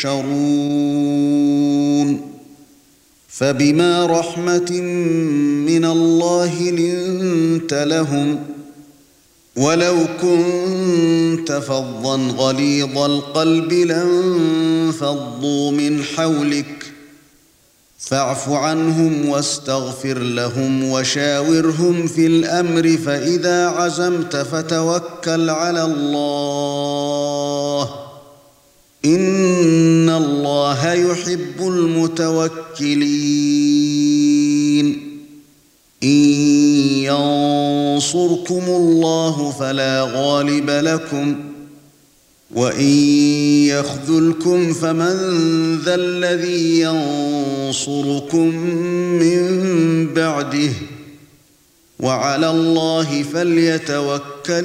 A: تحشرون فبما رحمة من الله لنت لهم ولو كنت فظا غليظ القلب لانفضوا من حولك فاعف عنهم واستغفر لهم وشاورهم في الأمر فإذا عزمت فتوكل على الله إن الله يحب المتوكلين إن ينصركم الله فلا غالب لكم وإن يخذلكم فمن ذا الذي ينصركم من بعده وعلى الله فليتوكل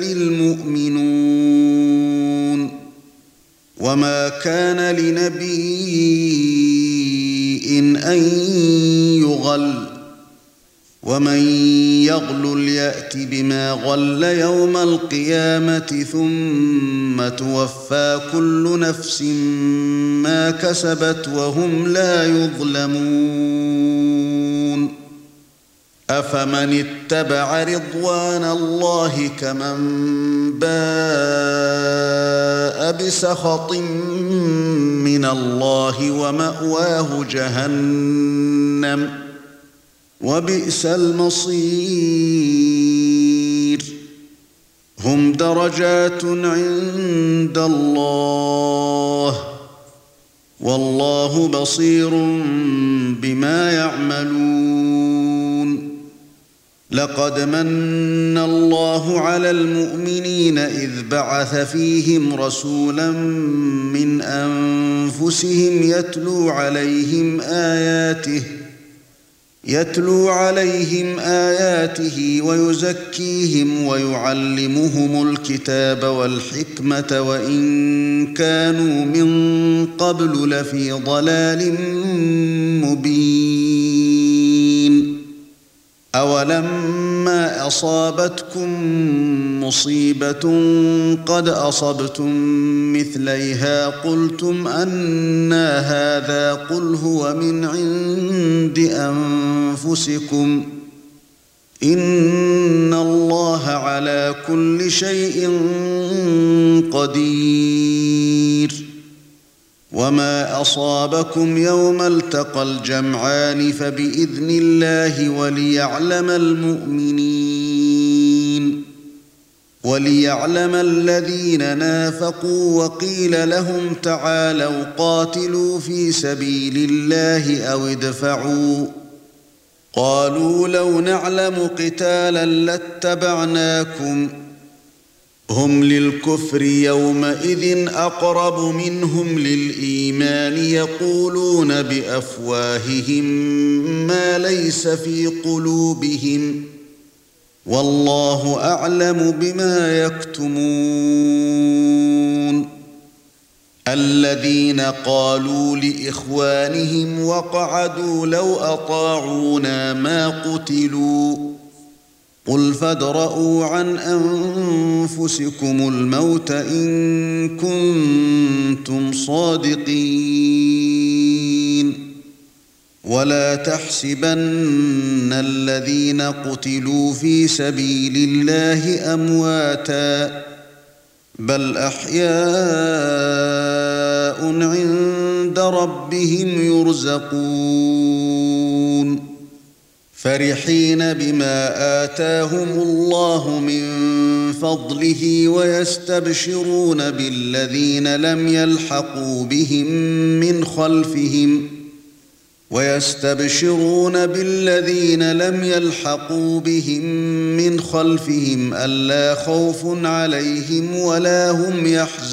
A: المؤمنون وما كان لنبي أن يغل ومن يغلل يأت بما غل يوم القيامة ثم توفى كل نفس ما كسبت وهم لا يظلمون أفمن اتبع رضوان الله كمن باء بسخط من الله ومأواه جهنم وبئس المصير هم درجات عند الله والله بصير بما يعملون لقد من الله على المؤمنين إذ بعث فيهم رسولا من أنفسهم يتلو عليهم آياته ويزكيهم ويعلمهم الكتاب والحكمة وإن كانوا من قبل لفي ضلال مبين أولما أصابتكم مصيبة قد أصبتم مثليها قلتم أنى هذا قل هو من عند أنفسكم إن الله على كل شيء قدير وما أصابكم يوم التقى الجمعان فبإذن الله وليعلم الذين نافقوا وقيل لهم تعالوا قاتلوا في سبيل الله أو ادفعوا قالوا لو نعلم قتالا لاتبعناكم هم للكفر يومئذ أقرب منهم للإيمان يقولون بأفواههم ما ليس في قلوبهم والله أعلم بما يكتمون الذين قالوا لإخوانهم وقعدوا لو أطاعونا ما قتلوا قل فادرءوا عن أنفسكم الموت إن كنتم صادقين ولا تحسبن الذين قتلوا في سبيل الله أمواتا بل أحياء عند ربهم يرزقون فرحين بما آتاهم الله من فضله ويستبشرون بالذين لم يلحقوا بهم من خلفهم ألا خوف عليهم ولا هم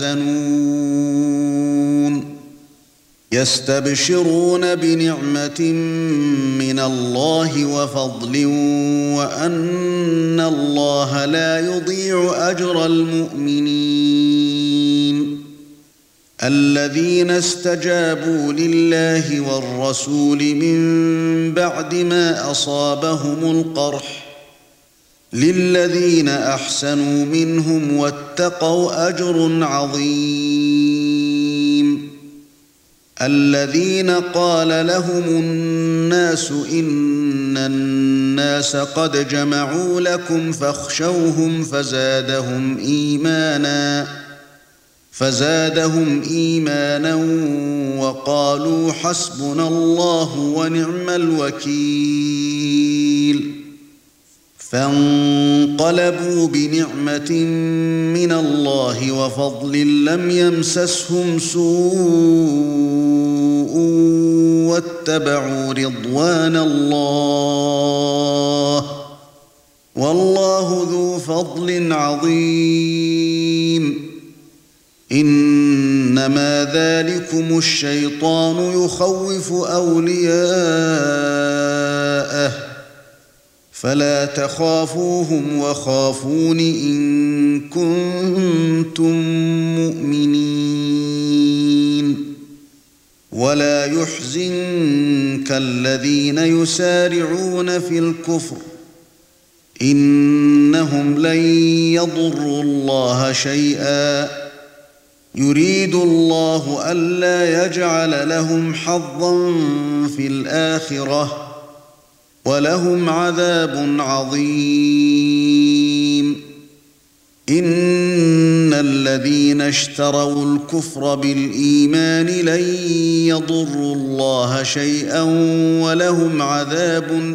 A: يحزنون يستبشرون بنعمة من الله وفضل وأن الله لا يضيع أجر المؤمنين الذين استجابوا لله والرسول من بعد ما أصابهم القرح للذين أحسنوا منهم واتقوا أجر عظيم الذين قال لهم الناس إن الناس قد جمعوا لكم فاخشوهم فزادهم إيمانا وقالوا حسبنا الله ونعم الوكيل فانقلبوا بنعمة من الله وفضل لم يمسسهم سوء واتبعوا رضوان الله والله ذو فضل عظيم إنما ذلكم الشيطان يخوف أولياءه فلا تخافوهم وخافون إن كنتم مؤمنين ولا يحزنك الذين يسارعون في الكفر إنهم لن يضروا الله شيئا يريد الله ألا يجعل لهم حظا في الآخرة ولهم عذاب عظيم إن الذين اشتروا الكفر بالإيمان لن يضروا الله شيئا ولهم عذاب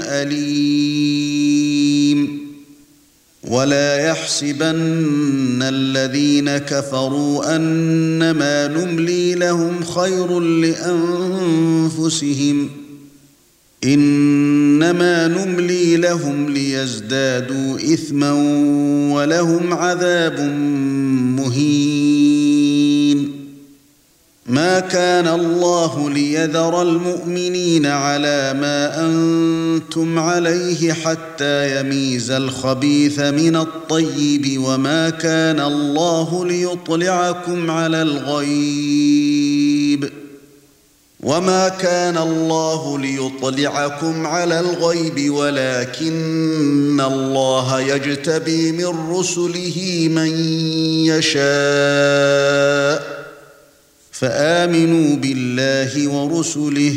A: أليم ولا يحسبن الذين كفروا أنما نملي لهم خير لأنفسهم إنما نملي لهم ليزدادوا إثما ولهم عذاب مهين ما كان الله ليذر المؤمنين على ما أنتم عليه حتى يميز الخبيث من الطيب وما كان الله ليطلعكم على الغيب وما كان الله ليطلعكم على الغيب ولكن الله يجتبي من رسله من يشاء فآمنوا بالله ورسله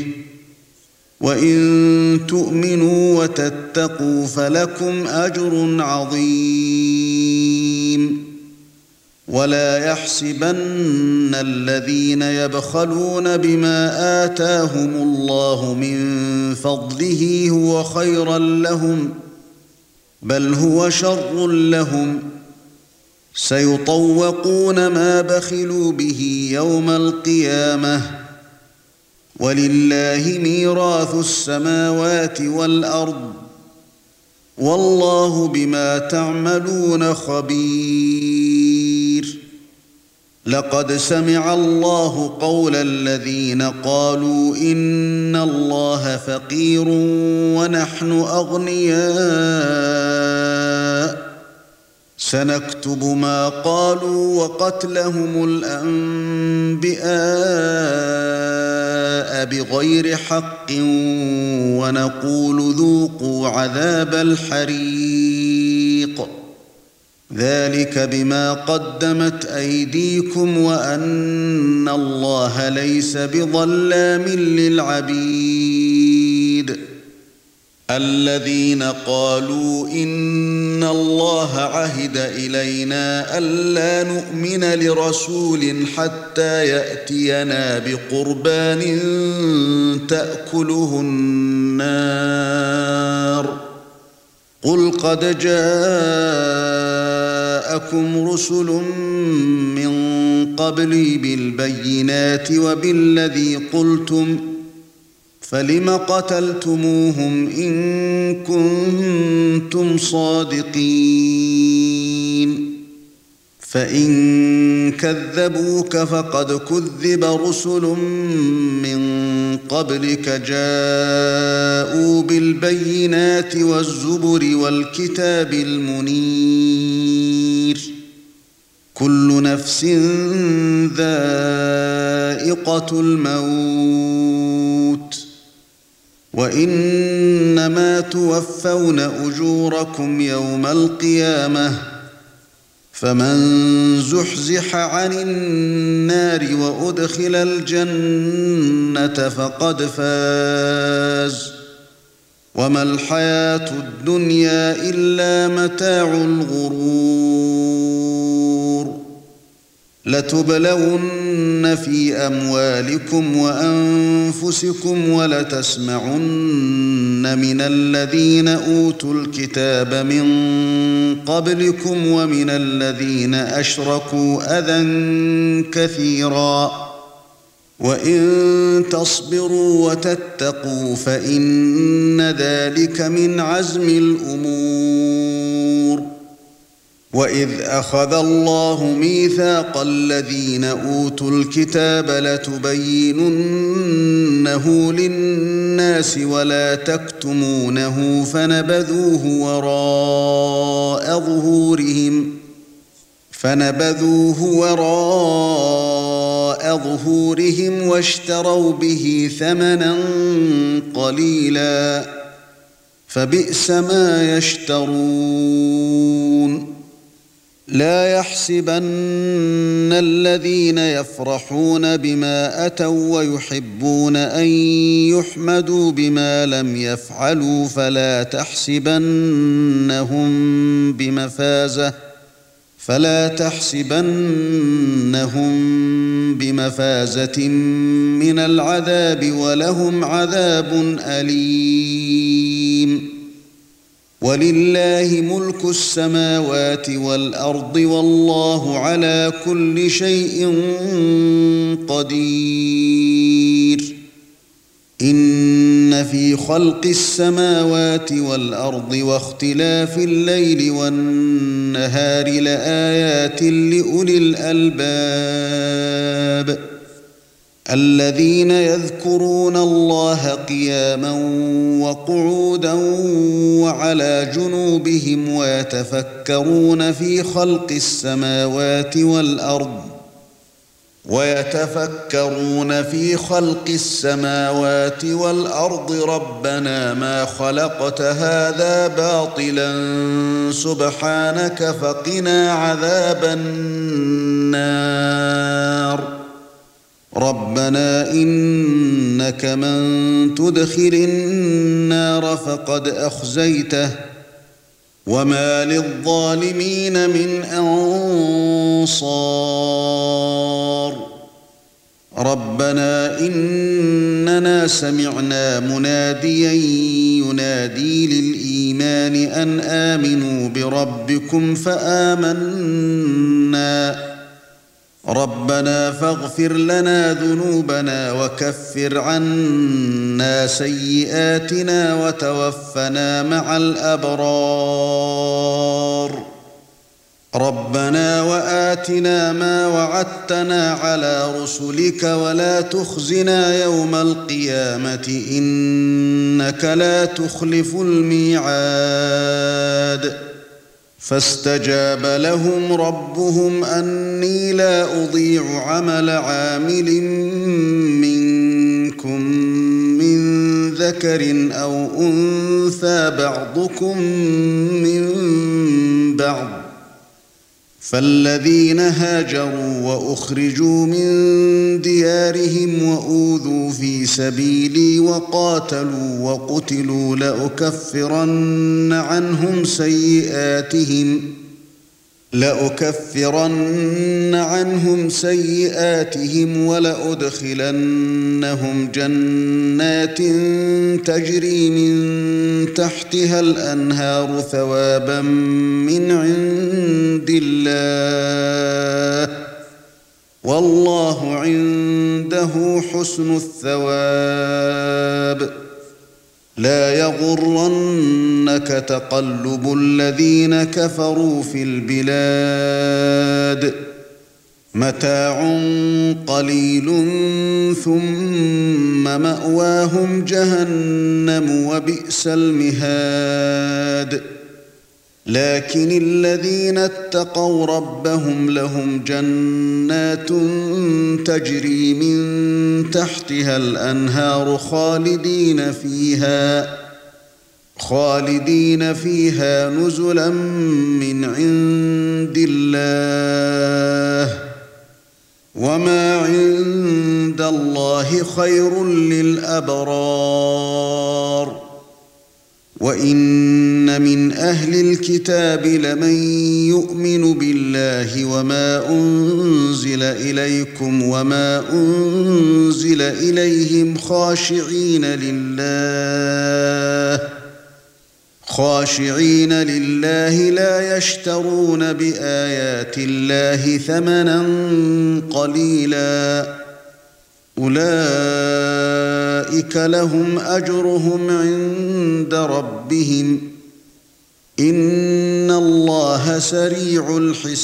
A: وإن تؤمنوا وتتقوا فلكم أجر عظيم ولا يحسبن الذين يبخلون بما آتاهم الله من فضله هو خيرا لهم بل هو شر لهم سيطوقون ما بخلوا به يوم القيامة ولله ميراث السماوات والأرض والله بما تعملون خبير لقد سمع الله قول الذين قالوا إن الله فقير ونحن أغنياء سنكتب ما قالوا وقتلهم الأنبياء بغير حق ونقول ذوقوا عذاب الحريق ذلك بما قدمت أيديكم وأن الله ليس بظلام للعبيد الذين قالوا إن الله عهد إلينا ألا نؤمن لرسول حتى يأتينا بقربان تأكله النار قل قد جاءكم رسل من قبلي بالبينات وبالذي قلتم فلم قتلتموهم إن كنتم صادقين فإن كذبوك فقد كذب رسل من قبلك جاءوا بالبينات والزبر والكتاب المنير كل نفس ذائقة الموت وإنما توفون أجوركم يوم القيامة فمن زحزح عن النار وأدخل الجنة فقد فاز وما الحياة الدنيا إلا متاع الغرور لتبلون في أموالكم وأنفسكم ولتسمعن من الذين أوتوا الكتاب من قبلكم ومن الذين أشركوا أذى كثيرا وإن تصبروا وتتقوا فإن ذلك من عزم الأمور وإذ أخذ الله ميثاق الذين أوتوا الكتاب لتبيننه للناس ولا تكتمونه فنبذوه وراء ظهورهم واشتروا به ثمنا قليلا فبئس ما يشترون لا يحسبن الذين يفرحون بما أتوا ويحبون أن يحمدوا بما لم يفعلوا فلا تحسبنهم بمفازة من العذاب ولهم عذاب أليم ولله ملك السماوات والأرض والله على كل شيء قدير إن في خلق السماوات والأرض واختلاف الليل والنهار لآيات لأولي الألباب الذين يذكرون الله قياما وقعودا وعلى جنوبهم ويتفكرون في خلق السماوات والأرض ويتفكرون في خلق السماوات والأرض ربنا ما خلقت هذا باطلا سبحانك فقنا عذاب النار ربنا إنك من تدخل النار فقد أخزيته وما للظالمين من أنصار ربنا إننا سمعنا مناديا ينادي للإيمان أن آمنوا بربكم فآمنا ربنا فاغفر لنا ذنوبنا وكفر عنا سيئاتنا وتوفنا مع الأبرار ربنا وآتنا ما وعدتنا على رسلك ولا تخزنا يوم القيامة إنك لا تخلف الميعاد فاستجاب لهم ربهم أني لا أضيع عمل عامل منكم من ذكر أو أنثى بعضكم من بعض فالذين هاجروا وأخرجوا من ديارهم وأوذوا في سبيلي وقاتلوا وقتلوا لأكفرن عنهم سيئاتهم ولأدخلنهم جنات تجري من تحتها الأنهار ثوابا من عند الله والله عنده حسن الثواب لا يغرنك تقلب الذين كفروا في البلاد متاع قليل ثم مأواهم جهنم وبئس المهاد لكن الذين اتقوا ربهم لهم جنات تجري من تحتها الأنهار خالدين فيها نزلا من عند الله وما عند الله خير للأبرار وإن من أهل الكتاب لمن يؤمن بالله وما أنزل إليكم وما أنزل إليهم خاشعين لله لا يشترون بآيات الله ثمنا قليلا أولئك لهم أجرهم عند ربهم إن الله سريع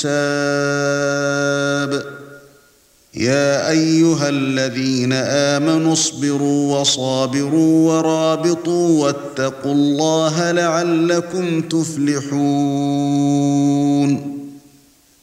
A: الحساب يا أيها الذين آمنوا اصبروا وصابروا ورابطوا واتقوا الله لعلكم تفلحون